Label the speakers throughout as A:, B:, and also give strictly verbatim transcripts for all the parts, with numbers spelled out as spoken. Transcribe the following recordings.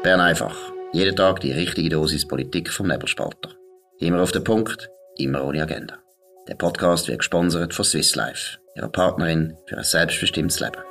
A: Bern einfach. Jeden Tag die richtige Dosis Politik vom Nebelspalter. Immer auf den Punkt, immer ohne Agenda. Der Podcast wird gesponsert von Swiss Life, ihrer Partnerin für ein selbstbestimmtes Leben.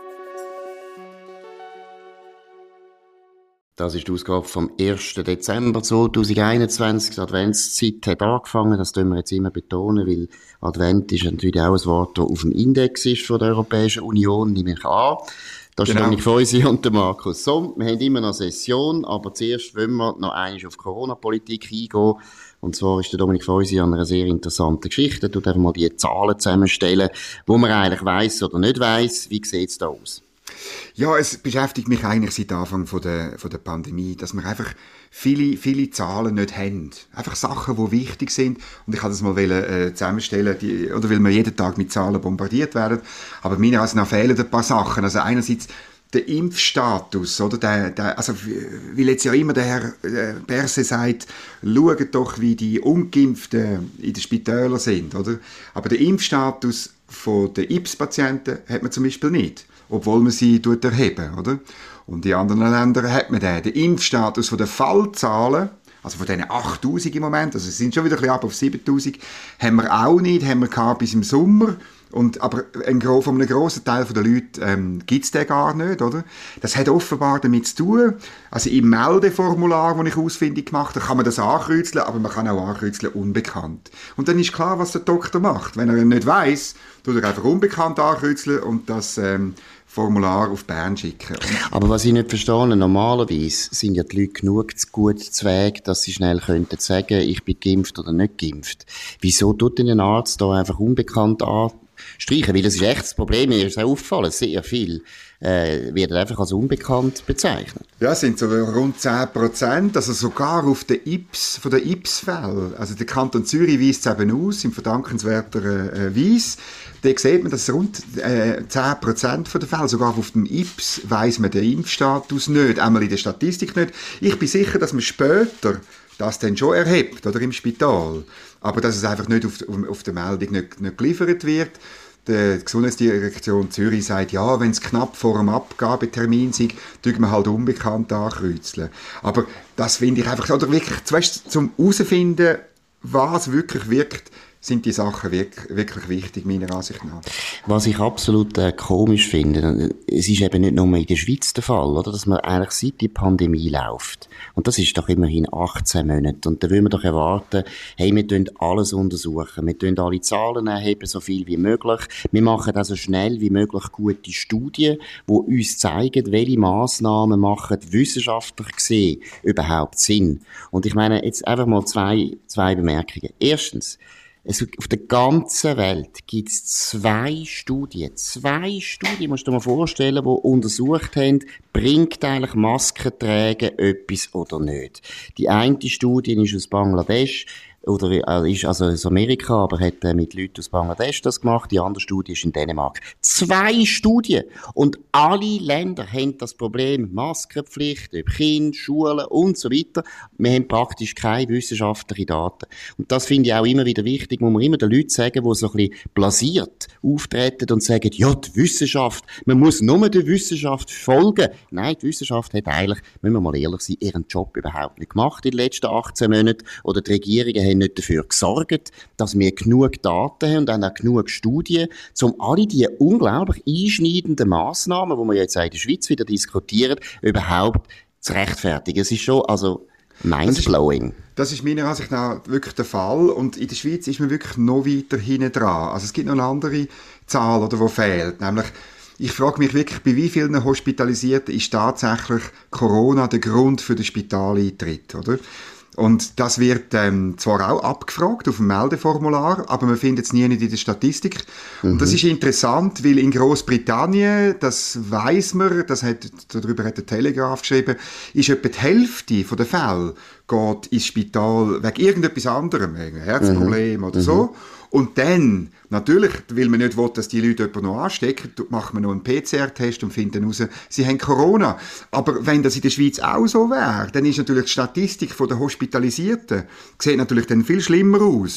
A: Das ist die Ausgabe vom ersten Dezember zweitausendeinundzwanzig. Die Adventszeit hat angefangen, das tun wir jetzt immer betonen, weil Advent ist natürlich auch ein Wort, das auf dem Index ist von der Europäischen Union, nehme ich an. Das ist Dominik Feusi und der Markus Somm. Wir haben immer noch Session, aber zuerst wollen wir noch einmal auf Corona-Politik eingehen. Und zwar ist der Dominik Feusi an einer sehr interessanten Geschichte. Er tut einfach mal die Zahlen zusammenstellen, wo man eigentlich weiss oder nicht weiss. Wie sieht es da aus?
B: Ja, es beschäftigt mich eigentlich seit Anfang von der, von der Pandemie, dass wir einfach viele, viele Zahlen nicht haben. Einfach Sachen, die wichtig sind. Und ich wollte das mal äh, zusammenstellen, die, oder weil wir jeden Tag mit Zahlen bombardiert werden. Aber meiner Ansicht nach fehlen ein paar Sachen. Also einerseits der Impfstatus, oder? Der, der, also, weil jetzt ja immer der Herr äh, Berse sagt, schaut doch, wie die Ungeimpften in den Spitälern sind, oder? Aber der Impfstatus von den I P S-Patienten hat man zum Beispiel nicht, obwohl man sie erheben, oder? Und in anderen Ländern hat man den. Den Impfstatus von den Fallzahlen, also von diesen achttausend im Moment, also es sind schon wieder ein bisschen ab auf siebentausend, haben wir auch nicht, haben wir gehabt bis im Sommer. Und, aber ein, von einem grossen Teil der Leute ähm, gibt es den gar nicht, oder? Das hat offenbar damit zu tun, also im Meldeformular, das ich ausfindig gemacht habe, kann man das ankreuzeln, aber man kann auch ankreuzeln unbekannt. Und dann ist klar, was der Doktor macht. Wenn er nicht weiss, tut er einfach unbekannt ankreuzeln und das ähm, Formular auf Bern schicken.
A: Aber was ich nicht verstehe, normalerweise sind ja die Leute genug zu gut zu Weg, dass sie schnell könnten sagen, ich bin geimpft oder nicht geimpft. Wieso tut denn ein Arzt da einfach unbekannt anstreichen? Weil das ist echt das Problem, mir ist auch aufgefallen, sehr viel äh, wird einfach als unbekannt bezeichnet.
B: Ja, es sind so rund zehn Prozent, also sogar auf den I P S, von den I P S-Fällen. Also der Kanton Zürich weist es eben aus, im verdankenswerter äh, Weise. Da sieht man, dass rund äh, zehn Prozent der Fälle, sogar auf dem I P S, weiss man den Impfstatus nicht, einmal in der Statistik nicht. Ich bin sicher, dass man später das dann schon erhebt, oder im Spital. Aber dass es einfach nicht auf, auf der Meldung nicht, nicht geliefert wird. Die Gesundheitsdirektion Zürich sagt, ja, wenn es knapp vor dem Abgabetermin ist, tun wir halt unbekannt ankreuzeln. Aber das finde ich einfach, oder wirklich, zuerst zum herausfinden, was wirklich wirkt, sind die Sachen wirklich, wirklich wichtig, meiner Ansicht nach.
A: Was ich absolut äh, komisch finde, es ist eben nicht nur in der Schweiz der Fall, oder, dass man eigentlich seit die Pandemie läuft. Und das ist doch immerhin achtzehn Monate. Und da will man doch erwarten, hey, wir tun alles untersuchen. Wir tun alle Zahlen erheben, so viel wie möglich. Wir machen also schnell wie möglich gute Studien, die uns zeigen, welche Massnahmen machen wissenschaftlich gesehen überhaupt Sinn. Und ich meine, jetzt einfach mal zwei, zwei Bemerkungen. Erstens, Es, auf der ganzen Welt gibt es zwei Studien, zwei Studien, musst du dir mal vorstellen, die untersucht haben, bringt eigentlich Maskentragen etwas oder nicht. Die eine Studie ist aus Bangladesch, oder äh, ist also aus Amerika, aber hat äh, mit Leuten aus Bangladesch das gemacht. Die andere Studie ist in Dänemark. Zwei Studien! Und alle Länder haben das Problem Maskenpflicht, ob Kinder, Schulen und so weiter. Wir haben praktisch keine wissenschaftlichen Daten. Und das finde ich auch immer wieder wichtig, muss man immer den Leuten sagen, die so ein bisschen blasiert auftreten und sagen, ja, die Wissenschaft, man muss nur der Wissenschaft folgen. Nein, die Wissenschaft hat eigentlich, müssen wir mal ehrlich sein, ihren Job überhaupt nicht gemacht in den letzten achtzehn Monaten. Oder die Regierungen haben nicht dafür gesorgt, dass wir genug Daten haben und dann auch genug Studien, um alle diese unglaublich einschneidenden Massnahmen, die wir jetzt auch in der Schweiz wieder diskutieren, überhaupt zu rechtfertigen. Es ist schon, also, mindblowing.
B: Das ist meiner Ansicht nach wirklich der Fall. Und in der Schweiz ist man wirklich noch weiter hinten dran. Also es gibt noch eine andere Zahl, oder, die fehlt. Nämlich, ich frage mich wirklich, bei wie vielen Hospitalisierten ist tatsächlich Corona der Grund für den Spitaleintritt, oder? Und das wird ähm, zwar auch abgefragt auf dem Meldeformular, aber man findet es nie nicht in der Statistik. Mhm. Und das ist interessant, weil in Großbritannien, das weiss man, das hat, darüber hat der Telegraph geschrieben, ist etwa die Hälfte der Fälle geht ins Spital wegen irgendetwas anderem, wegen einem Herzproblem mhm. oder so. Mhm. Und dann, natürlich, weil man nicht will, dass die Leute jemanden noch anstecken, macht man noch einen P C R-Test und findet heraus, sie haben Corona. Aber wenn das in der Schweiz auch so wäre, dann ist natürlich die Statistik der Hospitalisierten, sieht natürlich dann viel schlimmer aus.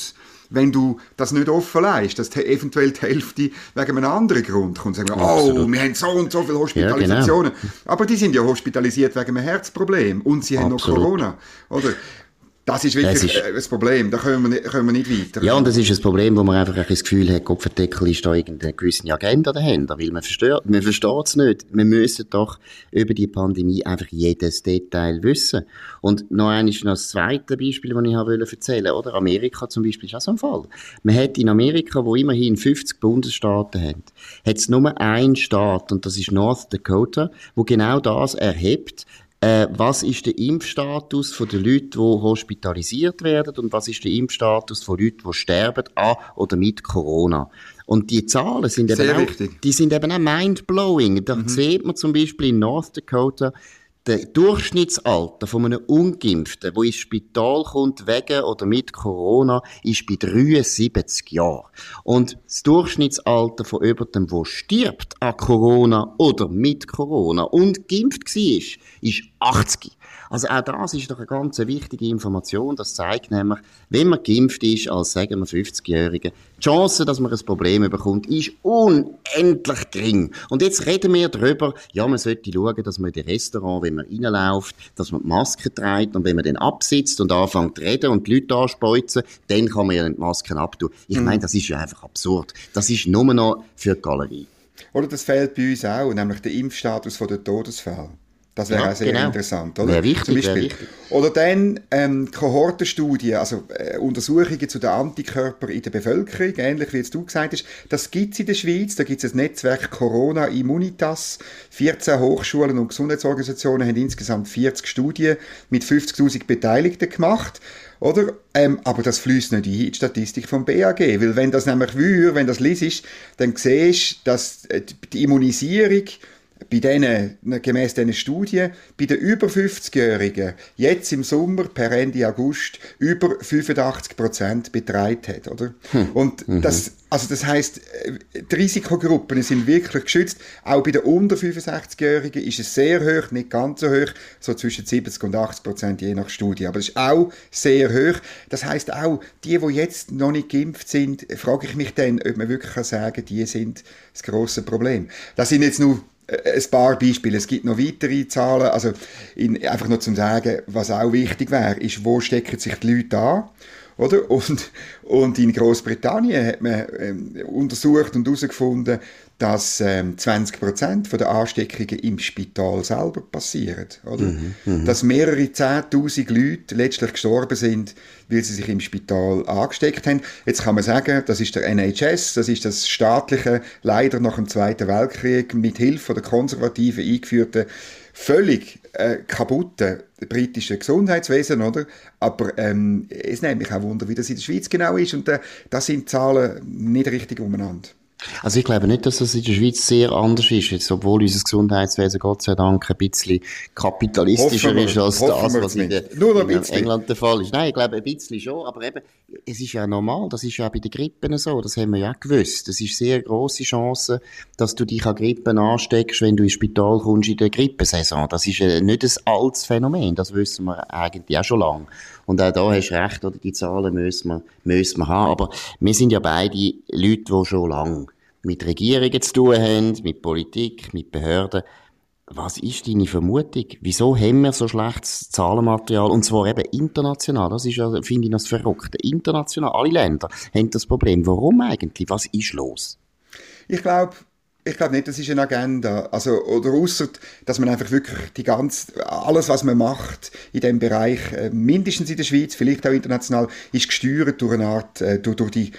B: wenn du das nicht offen leist, dass die, eventuell die Hälfte wegen einem anderen Grund kommt. Sagen, oh, wir haben so und so viele Hospitalisationen. Ja, genau. Aber die sind ja hospitalisiert wegen einem Herzproblem und sie haben Absolut. noch Corona. Oder? Das ist wirklich das, ist, das Problem, da können wir, nicht, können wir nicht weiter.
A: Ja, und das ist ein Problem, wo man einfach ein das Gefühl hat, Kopfverdeckel ist da irgendeine gewisse Agenda dahinter, weil man versteht, man versteht es nicht. Wir müssen doch über die Pandemie einfach jedes Detail wissen. Und noch eines, noch das zweite Beispiel, das ich habe erzählen wollte, oder? Amerika zum Beispiel ist auch so ein Fall. Man hat in Amerika, wo immerhin fünfzig Bundesstaaten haben, hat es nur einen Staat, und das ist North Dakota, wo genau das erhebt, Äh, was ist der Impfstatus von den Leuten, die hospitalisiert werden, und was ist der Impfstatus von Leuten, die sterben an oder mit Corona? Und die Zahlen sind eben
B: Sehr
A: auch,
B: wichtig.
A: die sind eben auch mindblowing. Da mhm. sieht man zum Beispiel in North Dakota, der Durchschnittsalter von einem Ungeimpften, der ins Spital kommt wegen oder mit Corona, ist bei dreiundsiebzig Jahren. Und das Durchschnittsalter von jemandem, der stirbt an Corona oder mit Corona und geimpft war, ist achtzig. Also auch das ist doch eine ganz wichtige Information. Das zeigt nämlich, wenn man geimpft ist, als, sagen wir, fünfzigjähriger, die Chance, dass man ein Problem bekommt, ist unendlich gering. Und jetzt reden wir darüber, ja, man sollte schauen, dass man in den Restaurant, wenn man reinläuft, dass man die Maske trägt, und wenn man dann absitzt und anfängt zu reden und die Leute anspeuzen, dann kann man ja die Masken abtun. Ich mhm. meine, das ist ja einfach absurd. Das ist nur noch für die Galerie.
B: Oder das fehlt bei uns auch, nämlich der Impfstatus von der Todesfälle. Das wäre
A: ja,
B: auch sehr
A: genau.
B: interessant, oder?
A: Wäre wichtig,
B: Zum Beispiel.
A: Wäre wichtig.
B: Oder dann ähm, Kohortenstudien, also äh, Untersuchungen zu den Antikörpern in der Bevölkerung, ähnlich wie jetzt du gesagt hast. Das gibt es in der Schweiz. Da gibt es ein Netzwerk Corona Immunitas. vierzehn Hochschulen und Gesundheitsorganisationen haben insgesamt vierzig Studien mit fünfzigtausend Beteiligten gemacht. Oder? Ähm, aber das fließt nicht in die Statistik vom B A G. Weil wenn das nämlich würde, wenn das liest, dann siehst du, dass die Immunisierung bei denen, gemäss diesen Studien, bei den über fünfzigjährigen jetzt im Sommer, per Ende August, über fünfundachtzig Prozent betragen hat, oder? Hm. Und mhm. das, also das heisst, die Risikogruppen sind wirklich geschützt. Auch bei den unter fünfundsechzigjährigen ist es sehr hoch, nicht ganz so hoch, so zwischen siebzig und achtzig Prozent je nach Studie. Aber es ist auch sehr hoch. Das heisst auch, die, die jetzt noch nicht geimpft sind, frage ich mich dann, ob man wirklich sagen kann, die sind das grosse Problem. Das sind jetzt nur ein paar Beispiele. Es gibt noch weitere Zahlen. Also in, einfach nur zum sagen, was auch wichtig wäre, ist, wo stecken sich die Leute an? Oder? Und, und in Großbritannien hat man ähm, untersucht und herausgefunden, dass ähm, zwanzig Prozent der Ansteckungen im Spital selber passieren. Oder? Mhm, mh. Dass mehrere zehntausend Leute letztlich gestorben sind, weil sie sich im Spital angesteckt haben. Jetzt kann man sagen, das ist der N H S, das ist das staatliche, leider nach dem Zweiten Weltkrieg mit Hilfe der Konservativen eingeführte, völlig äh, kaputte britische Gesundheitswesen, oder? Aber ähm, es nimmt mich auch Wunder, wie das in der Schweiz genau ist. Und äh, da sind die Zahlen nicht richtig umeinander.
A: Also ich glaube nicht, dass das in der Schweiz sehr anders ist, jetzt, obwohl unser Gesundheitswesen Gott sei Dank ein bisschen kapitalistischer
B: wir,
A: ist als das, was in, der,
B: Nur
A: in England der Fall ist. Nein, ich glaube ein bisschen schon, aber eben, es ist ja normal, das ist ja auch bei den Grippen so, das haben wir ja auch gewusst. Es ist sehr grosse Chance, dass du dich an Grippen ansteckst, wenn du ins Spital kommst in der Grippensaison. Das ist äh, nicht ein altes Phänomen, das wissen wir eigentlich auch schon lange. Und auch da hast du recht, oder? Die Zahlen müssen wir, müssen wir haben. Aber wir sind ja beide Leute, die schon lange mit Regierungen zu tun haben, mit Politik, mit Behörden. Was ist deine Vermutung? Wieso haben wir so schlechtes Zahlenmaterial? Und zwar eben international. Das ist ja, finde ich, das Verrückte. International. Alle Länder haben das Problem. Warum eigentlich? Was ist los?
B: Ich glaube, Ich glaube nicht, das ist eine Agenda. Also, oder ausser, dass man einfach wirklich die ganze, alles, was man macht in diesem Bereich, äh, mindestens in der Schweiz, vielleicht auch international, ist gesteuert durch eine Art, äh, durch, durch die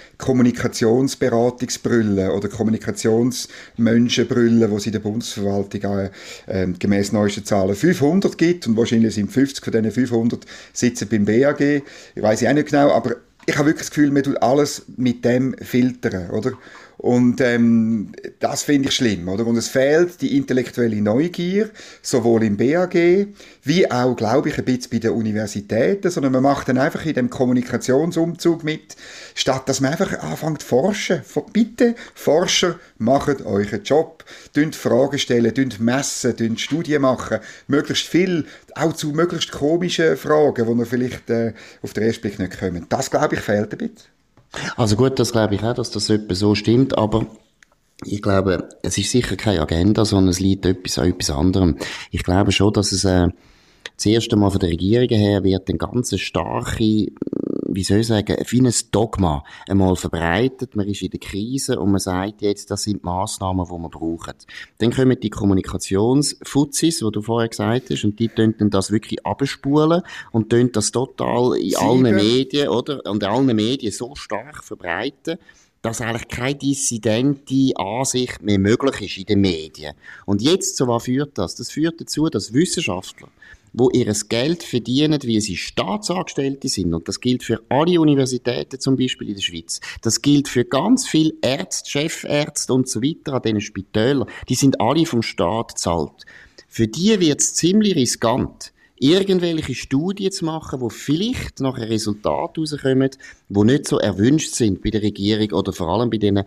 B: Kommunikationsberatungsbrille oder Kommunikationsmenschenbrille, die es in der Bundesverwaltung äh, äh, gemäss neuesten Zahlen fünfhundert gibt. Und wahrscheinlich sind fünfzig von diesen fünfhundert sitzen beim B A G. Ich weiss ich auch nicht genau, aber ich habe wirklich das Gefühl, man tut alles mit dem filtern, oder? Und ähm, das finde ich schlimm, oder? Und es fehlt die intellektuelle Neugier, sowohl im B A G, wie auch, glaube ich, ein bisschen bei den Universitäten, sondern man macht dann einfach in dem Kommunikationsumzug mit, statt dass man einfach anfängt zu forschen. Bitte, Forscher, macht euren Job, dünnt Fragen stellen, dünnt messen, dünnt Studien machen, möglichst viel, auch zu möglichst komischen Fragen, die ihr vielleicht äh, auf den ersten Blick nicht kommen. Das, glaube ich, fehlt ein bisschen.
A: Also gut, das glaube ich auch, dass das etwa so stimmt, aber ich glaube, es ist sicher keine Agenda, sondern es liegt etwas an etwas anderem. Ich glaube schon, dass es äh, das erste Mal von der Regierung her wird ein ganz starke, wie soll ich sagen, wie ein Dogma einmal verbreitet. Man ist in der Krise und man sagt jetzt, das sind die Massnahmen, die wir brauchen. Dann kommen die Kommunikationsfuzis, die du vorher gesagt hast, und die tun dann das wirklich abspulen und tun das total in
B: Sieben.
A: allen Medien, oder? Und in allen Medien so stark verbreiten, dass eigentlich keine dissidente Ansicht mehr möglich ist in den Medien. Und jetzt, so was führt das? Das führt dazu, dass Wissenschaftler, wo ihr Geld verdienen, wie sie Staatsangestellte sind. Und das gilt für alle Universitäten, zum Beispiel in der Schweiz. Das gilt für ganz viele Ärzte, Chefärzte und so weiter an diesen Spitälern. Die sind alle vom Staat gezahlt. Für die wird es ziemlich riskant, irgendwelche Studien zu machen, wo vielleicht nachher Resultate rauskommen, die nicht so erwünscht sind bei der Regierung oder vor allem bei diesen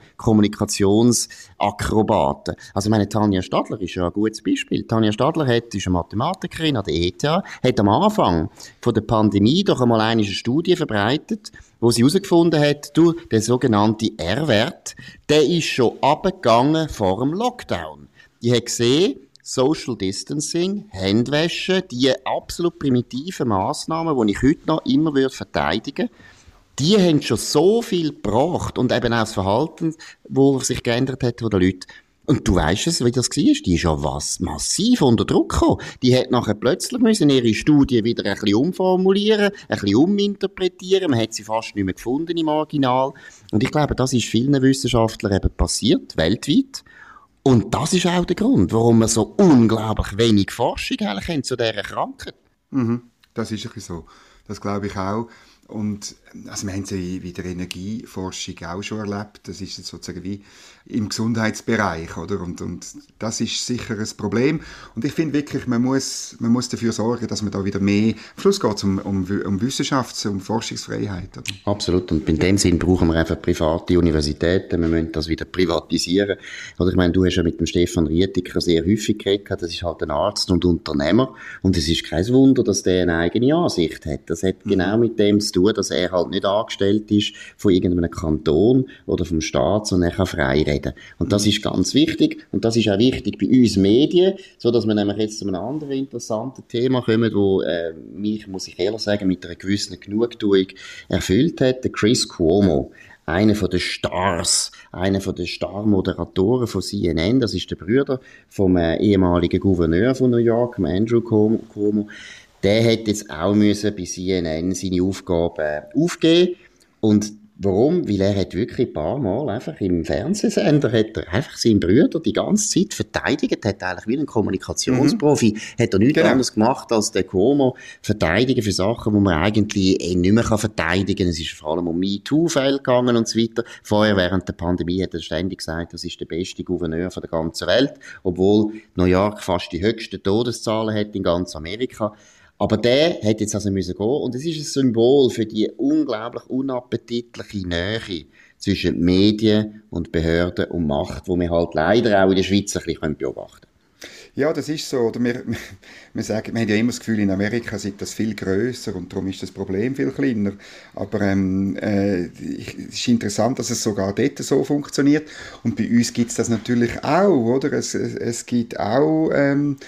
A: Kommunikationsakrobaten. Also, ich meine, Tanja Stadler ist ja ein gutes Beispiel. Tanja Stadler hat, ist eine Mathematikerin an der E T H, hat am Anfang von der Pandemie doch einmal eine Studie verbreitet, wo sie herausgefunden hat, du, der sogenannte R-Wert, der ist schon abgegangen vor dem Lockdown. Die hat gesehen, Social Distancing, Händewaschen, die absolut primitiven Massnahmen, die ich heute noch immer würde verteidigen, die haben schon so viel gebracht und eben auch das Verhalten, wo sich geändert hat von den Leuten. Und du weisst es, wie das war, die ist ja was massiv unter Druck gekommen. Die hat nachher plötzlich müssen ihre Studie wieder ein bisschen umformulieren, ein bisschen uminterpretieren. Man hat sie fast nicht mehr gefunden im Original. Und ich glaube, das ist vielen Wissenschaftlern eben passiert, weltweit. Und das ist auch der Grund, warum wir so unglaublich wenig Forschung eigentlich haben zu dieser Krankheit.
B: Mhm, das ist ein bisschen so. Das glaube ich auch. Und also wir haben es ja in der Energieforschung auch schon erlebt. Das ist jetzt sozusagen wie im Gesundheitsbereich, oder? Und, und das ist sicher ein Problem. Und ich finde wirklich, man muss, man muss dafür sorgen, dass man da wieder mehr, am Schluss geht es um, um, um Wissenschafts-, um Forschungsfreiheit. Oder?
A: Absolut. Und in dem Sinn brauchen wir einfach private Universitäten. Wir müssen das wieder privatisieren. Oder ich meine, du hast ja mit dem Stefan Rietiker sehr häufig geredet. Das ist halt ein Arzt und Unternehmer. Und es ist kein Wunder, dass der eine eigene Ansicht hat. Das hat mhm. genau mit dem zu tun, dass er halt nicht angestellt ist von irgendeinem Kanton oder vom Staat, sondern er kann frei reden. Und das ist ganz wichtig. Und das ist auch wichtig bei uns Medien, so dass wir nämlich jetzt zu einem anderen interessanten Thema kommen, wo äh, mich, muss ich ehrlich sagen, mit einer gewissen Genugtuung erfüllt hat. Der Chris Cuomo, einer von den Stars, einer von den Star-Moderatoren von C N N, das ist der Bruder vom äh, ehemaligen Gouverneur von New York, Andrew Cuomo. Der hat jetzt auch müssen bei C N N seine Aufgaben aufgeben. Und warum? Weil er hat wirklich ein paar Mal einfach im Fernsehsender hat er einfach seinen Bruder die ganze Zeit verteidigt, hat eigentlich wie ein Kommunikationsprofi, mhm. hat er nichts genau. anderes gemacht als der Cuomo verteidigen für Sachen, die man eigentlich eh nicht mehr verteidigen kann. Es ist vor allem um MeToo-Fälle gegangen und so weiter. Vorher, während der Pandemie, hat er ständig gesagt, das ist der beste Gouverneur von der ganzen Welt, obwohl New York fast die höchsten Todeszahlen hat in ganz Amerika. Aber der hat jetzt also müssen gehen und es ist ein Symbol für die unglaublich unappetitliche Nähe zwischen Medien und Behörden und Macht, wo wir halt leider auch in der Schweiz ein bisschen beobachten können.
B: Ja, das ist so. Oder wir, wir, sagen, wir haben ja immer das Gefühl, in Amerika sei das viel grösser und darum ist das Problem viel kleiner. Aber ähm, äh, es ist interessant, dass es sogar dort so funktioniert. Und bei uns gibt es das natürlich auch, oder? Es, es, es gibt auch ähm,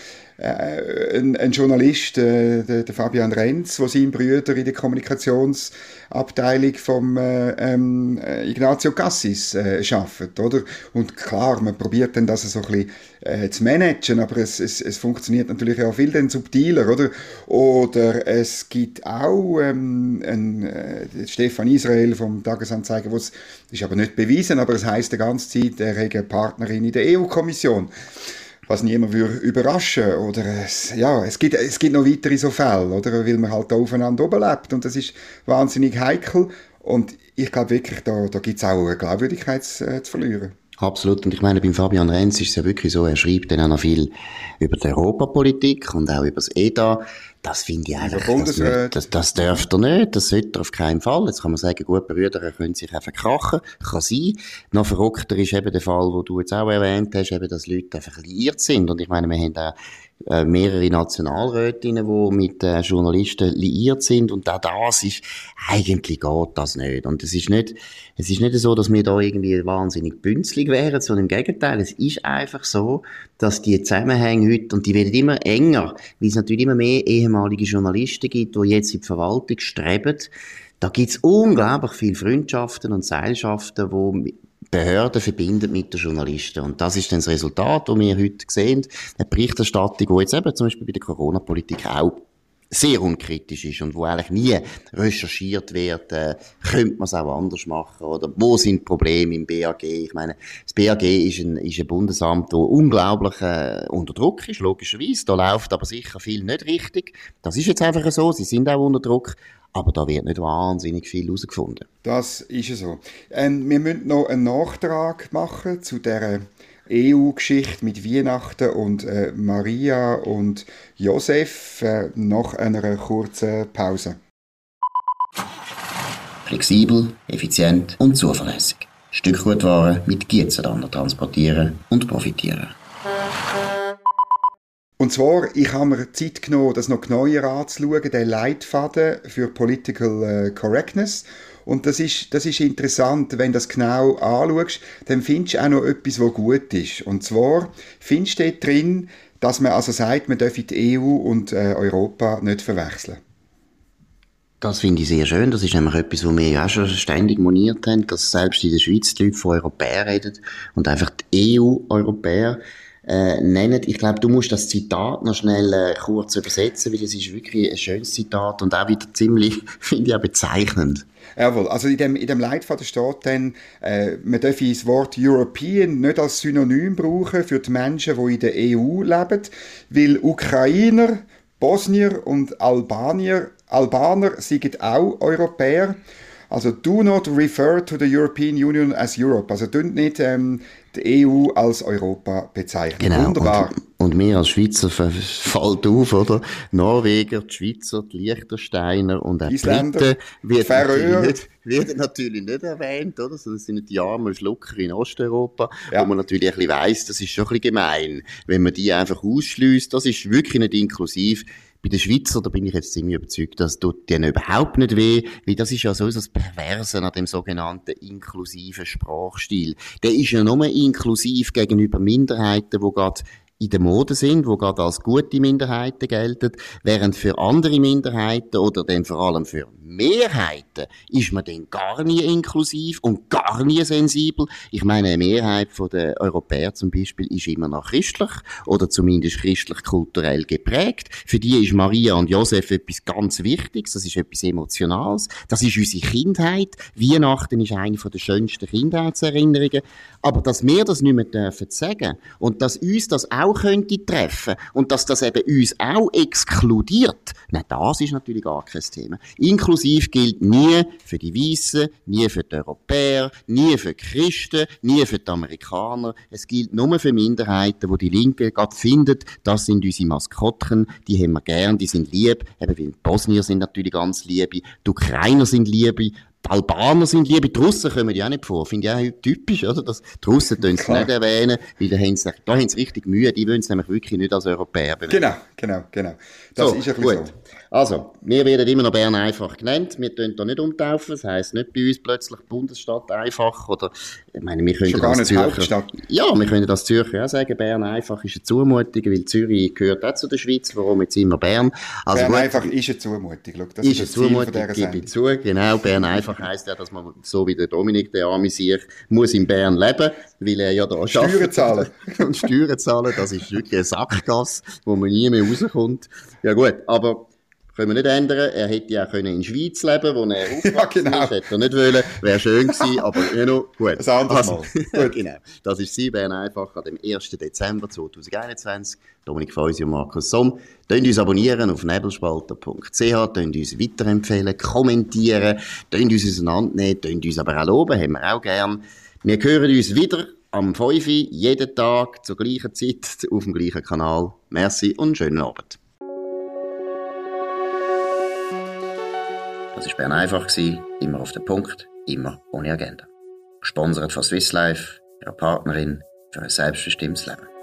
B: äh, ein, ein Journalist, äh, der, der Fabian Renz, der seinen Brüder in der Kommunikationsabteilung vom äh, ähm, Ignazio Cassis äh, arbeitet, oder? Und klar, man probiert dann das so ein bisschen äh, zu managen, aber es, es, es funktioniert natürlich auch viel dann subtiler, oder? Oder es gibt auch ähm, einen, äh, Stefan Israel vom Tagesanzeiger, was ist aber nicht bewiesen, aber es heisst die ganze Zeit, er hat eine Partnerin in der E U-Kommission. Was niemand würde überraschen, oder es, ja, es gibt, es gibt noch weitere so Fälle, oder, weil man halt da aufeinander oben lebt und das ist wahnsinnig heikel und ich glaube wirklich, da, da gibt es auch eine Glaubwürdigkeit äh, zu verlieren.
A: Absolut. Und ich meine, beim Fabian Renz ist es ja wirklich so, er schreibt dann auch noch viel über die Europapolitik und auch über das E D A. Das finde ich
B: Also
A: eigentlich, das,
B: Bundesrat.
A: nicht, das, das dürft ihr nicht, das sollte ihr auf keinen Fall. Jetzt kann man sagen, gut, Brüder können sich einfach krachen, kann sein. Noch verrückter ist eben der Fall, den du jetzt auch erwähnt hast, eben, dass Leute einfach liiert sind. Und ich meine, wir haben auch äh, mehrere Nationalrätinnen, die mit äh, Journalisten liiert sind. Und auch das ist, eigentlich geht das nicht. Und es ist nicht, es ist nicht so, dass wir da irgendwie wahnsinnig bünzlig wären, sondern im Gegenteil, es ist einfach so, dass die Zusammenhänge heute, und die werden immer enger, weil es natürlich immer mehr ehemalige Journalisten gibt, die jetzt in die Verwaltung streben. Da gibt es unglaublich viele Freundschaften und Seilschaften, die Behörden verbinden mit den Journalisten. Und das ist dann das Resultat, das wir heute sehen. Eine Berichterstattung, die jetzt eben zum Beispiel bei der Corona-Politik auch sehr unkritisch ist und wo eigentlich nie recherchiert wird, äh, könnte man es auch anders machen, oder wo sind die Probleme im B A G? Ich meine, das B A G ist ein, ist ein Bundesamt, das unglaublich äh, unter Druck ist, logischerweise. Da läuft aber sicher viel nicht richtig. Das ist jetzt einfach so, sie sind auch unter Druck, aber da wird nicht wahnsinnig viel herausgefunden.
B: Das ist so. Ähm, wir müssen noch einen Nachtrag machen zu der E U-Geschichte mit Weihnachten und äh, Maria und Josef äh, nach einer kurzen Pause.
A: Flexibel, effizient und zuverlässig. Stückgutware mit Gietzenlander transportieren und profitieren.
B: Und zwar, ich habe mir Zeit genommen, das noch genauer anzuschauen, den Leitfaden für Political äh, Correctness. Und das ist, das ist interessant, wenn du das genau anschaust, dann findest du auch noch etwas, was gut ist. Und zwar findest du dort drin, dass man also sagt, man dürfe die E U und äh, Europa nicht verwechseln.
A: Das finde ich sehr schön. Das ist nämlich etwas, was wir ja auch schon ständig moniert haben, dass selbst in der Schweiz die Leute von Europäer reden und einfach die E U-Europäer äh, nennen. Ich glaube, du musst das Zitat noch schnell äh, kurz übersetzen, weil es ist wirklich ein schönes Zitat und auch wieder ziemlich, finde ich, auch bezeichnend.
B: Jawohl, also in dem, in dem Leitfaden steht dann, äh, man darf das Wort European nicht als Synonym brauchen für die Menschen, die in der E U leben, weil Ukrainer, Bosnier und Albanier, Albaner sind auch Europäer. Also, do not refer to the European Union as Europe. Also, tun nicht ähm, die E U als Europa bezeichnen.
A: Genau.
B: Wunderbar.
A: Und, und wir als Schweizer fällt auf, oder? Norweger, die Schweizer, die Liechtensteiner und auch die Briten werden natürlich, nicht, werden natürlich nicht erwähnt, oder? So, das sind nicht die armen Schlucker in Osteuropa, ja. Wo man natürlich ein bisschen weiss, das ist schon ein bisschen gemein, wenn man die einfach ausschliesst. Das ist wirklich nicht inklusiv. Bei den Schweizer, da bin ich jetzt ziemlich überzeugt, das tut denen überhaupt nicht weh, weil das ist ja so das Perverse an dem sogenannten inklusiven Sprachstil. Der ist ja nur inklusiv gegenüber Minderheiten, die gerade in der Mode sind, wo gerade als gute Minderheiten gelten, während für andere Minderheiten oder dann vor allem für Mehrheiten ist man dann gar nie inklusiv und gar nie sensibel. Ich meine, eine Mehrheit der Europäer zum Beispiel ist immer noch christlich oder zumindest christlich-kulturell geprägt. Für die ist Maria und Josef etwas ganz Wichtiges, das ist etwas Emotionales, das ist unsere Kindheit. Weihnachten ist eine der schönsten Kindheitserinnerungen. Aber dass wir das nicht mehr dürfen sagen und dass uns das auch könnte treffen und dass das eben uns auch exkludiert, nein, das ist natürlich gar kein Thema. Inklusiv gilt nie für die Weißen, nie für die Europäer, nie für die Christen, nie für die Amerikaner. Es gilt nur für Minderheiten, wo die Linke gerade findet, das sind unsere Maskottchen, die haben wir gern, die sind lieb, eben wie die Bosnier sind natürlich ganz liebe, die Ukrainer sind liebe, die Albaner sind liebe, die Russen kommen ja auch nicht vor. Finde ich auch typisch, oder? Das, die Russen tun es nicht erwähnen, weil da haben sie, da haben sie richtig Mühe, die wollen es nämlich wirklich nicht als Europäer bewerten.
B: Genau, genau, genau. Das
A: so,
B: ist ein
A: gut.
B: so.
A: Also, wir werden immer noch Bern einfach genannt. Wir tun da nicht umtaufen. Das heisst nicht bei uns plötzlich Bundesstadt einfach. Oder, ich meine, wir können
B: schon gar
A: das
B: nicht
A: Zürcher,
B: Hauptstadt.
A: Ja, wir können das Zürcher auch sagen. Bern einfach ist eine Zumutung, weil Zürich gehört auch zu der Schweiz. Warum jetzt immer Bern? Also,
B: Bern
A: gut,
B: einfach ist eine Zumutung. Schau, das
A: ist,
B: ist
A: eine
B: das
A: Zumutung,
B: Ziel von dieser
A: gebe ich zu. Genau. Bern einfach heisst ja, dass man, so wie der Dominik, der arme Sieg, muss in Bern leben, weil er ja da arbeitet.
B: Steuern zahlen.
A: Und Steuern zahlen, das ist wirklich eine Sackgasse, wo man nie mehr rauskommt. Ja gut, aber können wir nicht ändern. Er hätte ja auch können in der Schweiz leben, wo er aufgewachsen
B: ja, genau.
A: ist. Hätte er nicht wollen. Wäre schön gewesen, aber ja noch gut.
B: Ein anderes
A: also,
B: Mal. Gut.
A: Genau. Das ist sie, Bern einfach am ersten Dezember zweitausendeinundzwanzig. Dominik Feusi und Markus Somm. Tönt uns abonnieren auf nebelspalter punkt c h, tönt uns weiterempfehlen, kommentieren, tönt uns auseinandernehmen, tönt uns aber auch loben, haben wir auch gern. Wir hören uns wieder am fünf Uhr, jeden Tag, zur gleichen Zeit, auf dem gleichen Kanal. Merci und schönen Abend. Das war Bern einfach, immer auf den Punkt, immer ohne Agenda. Gesponsert von Swiss Life, ihrer Partnerin für ein selbstbestimmtes Leben.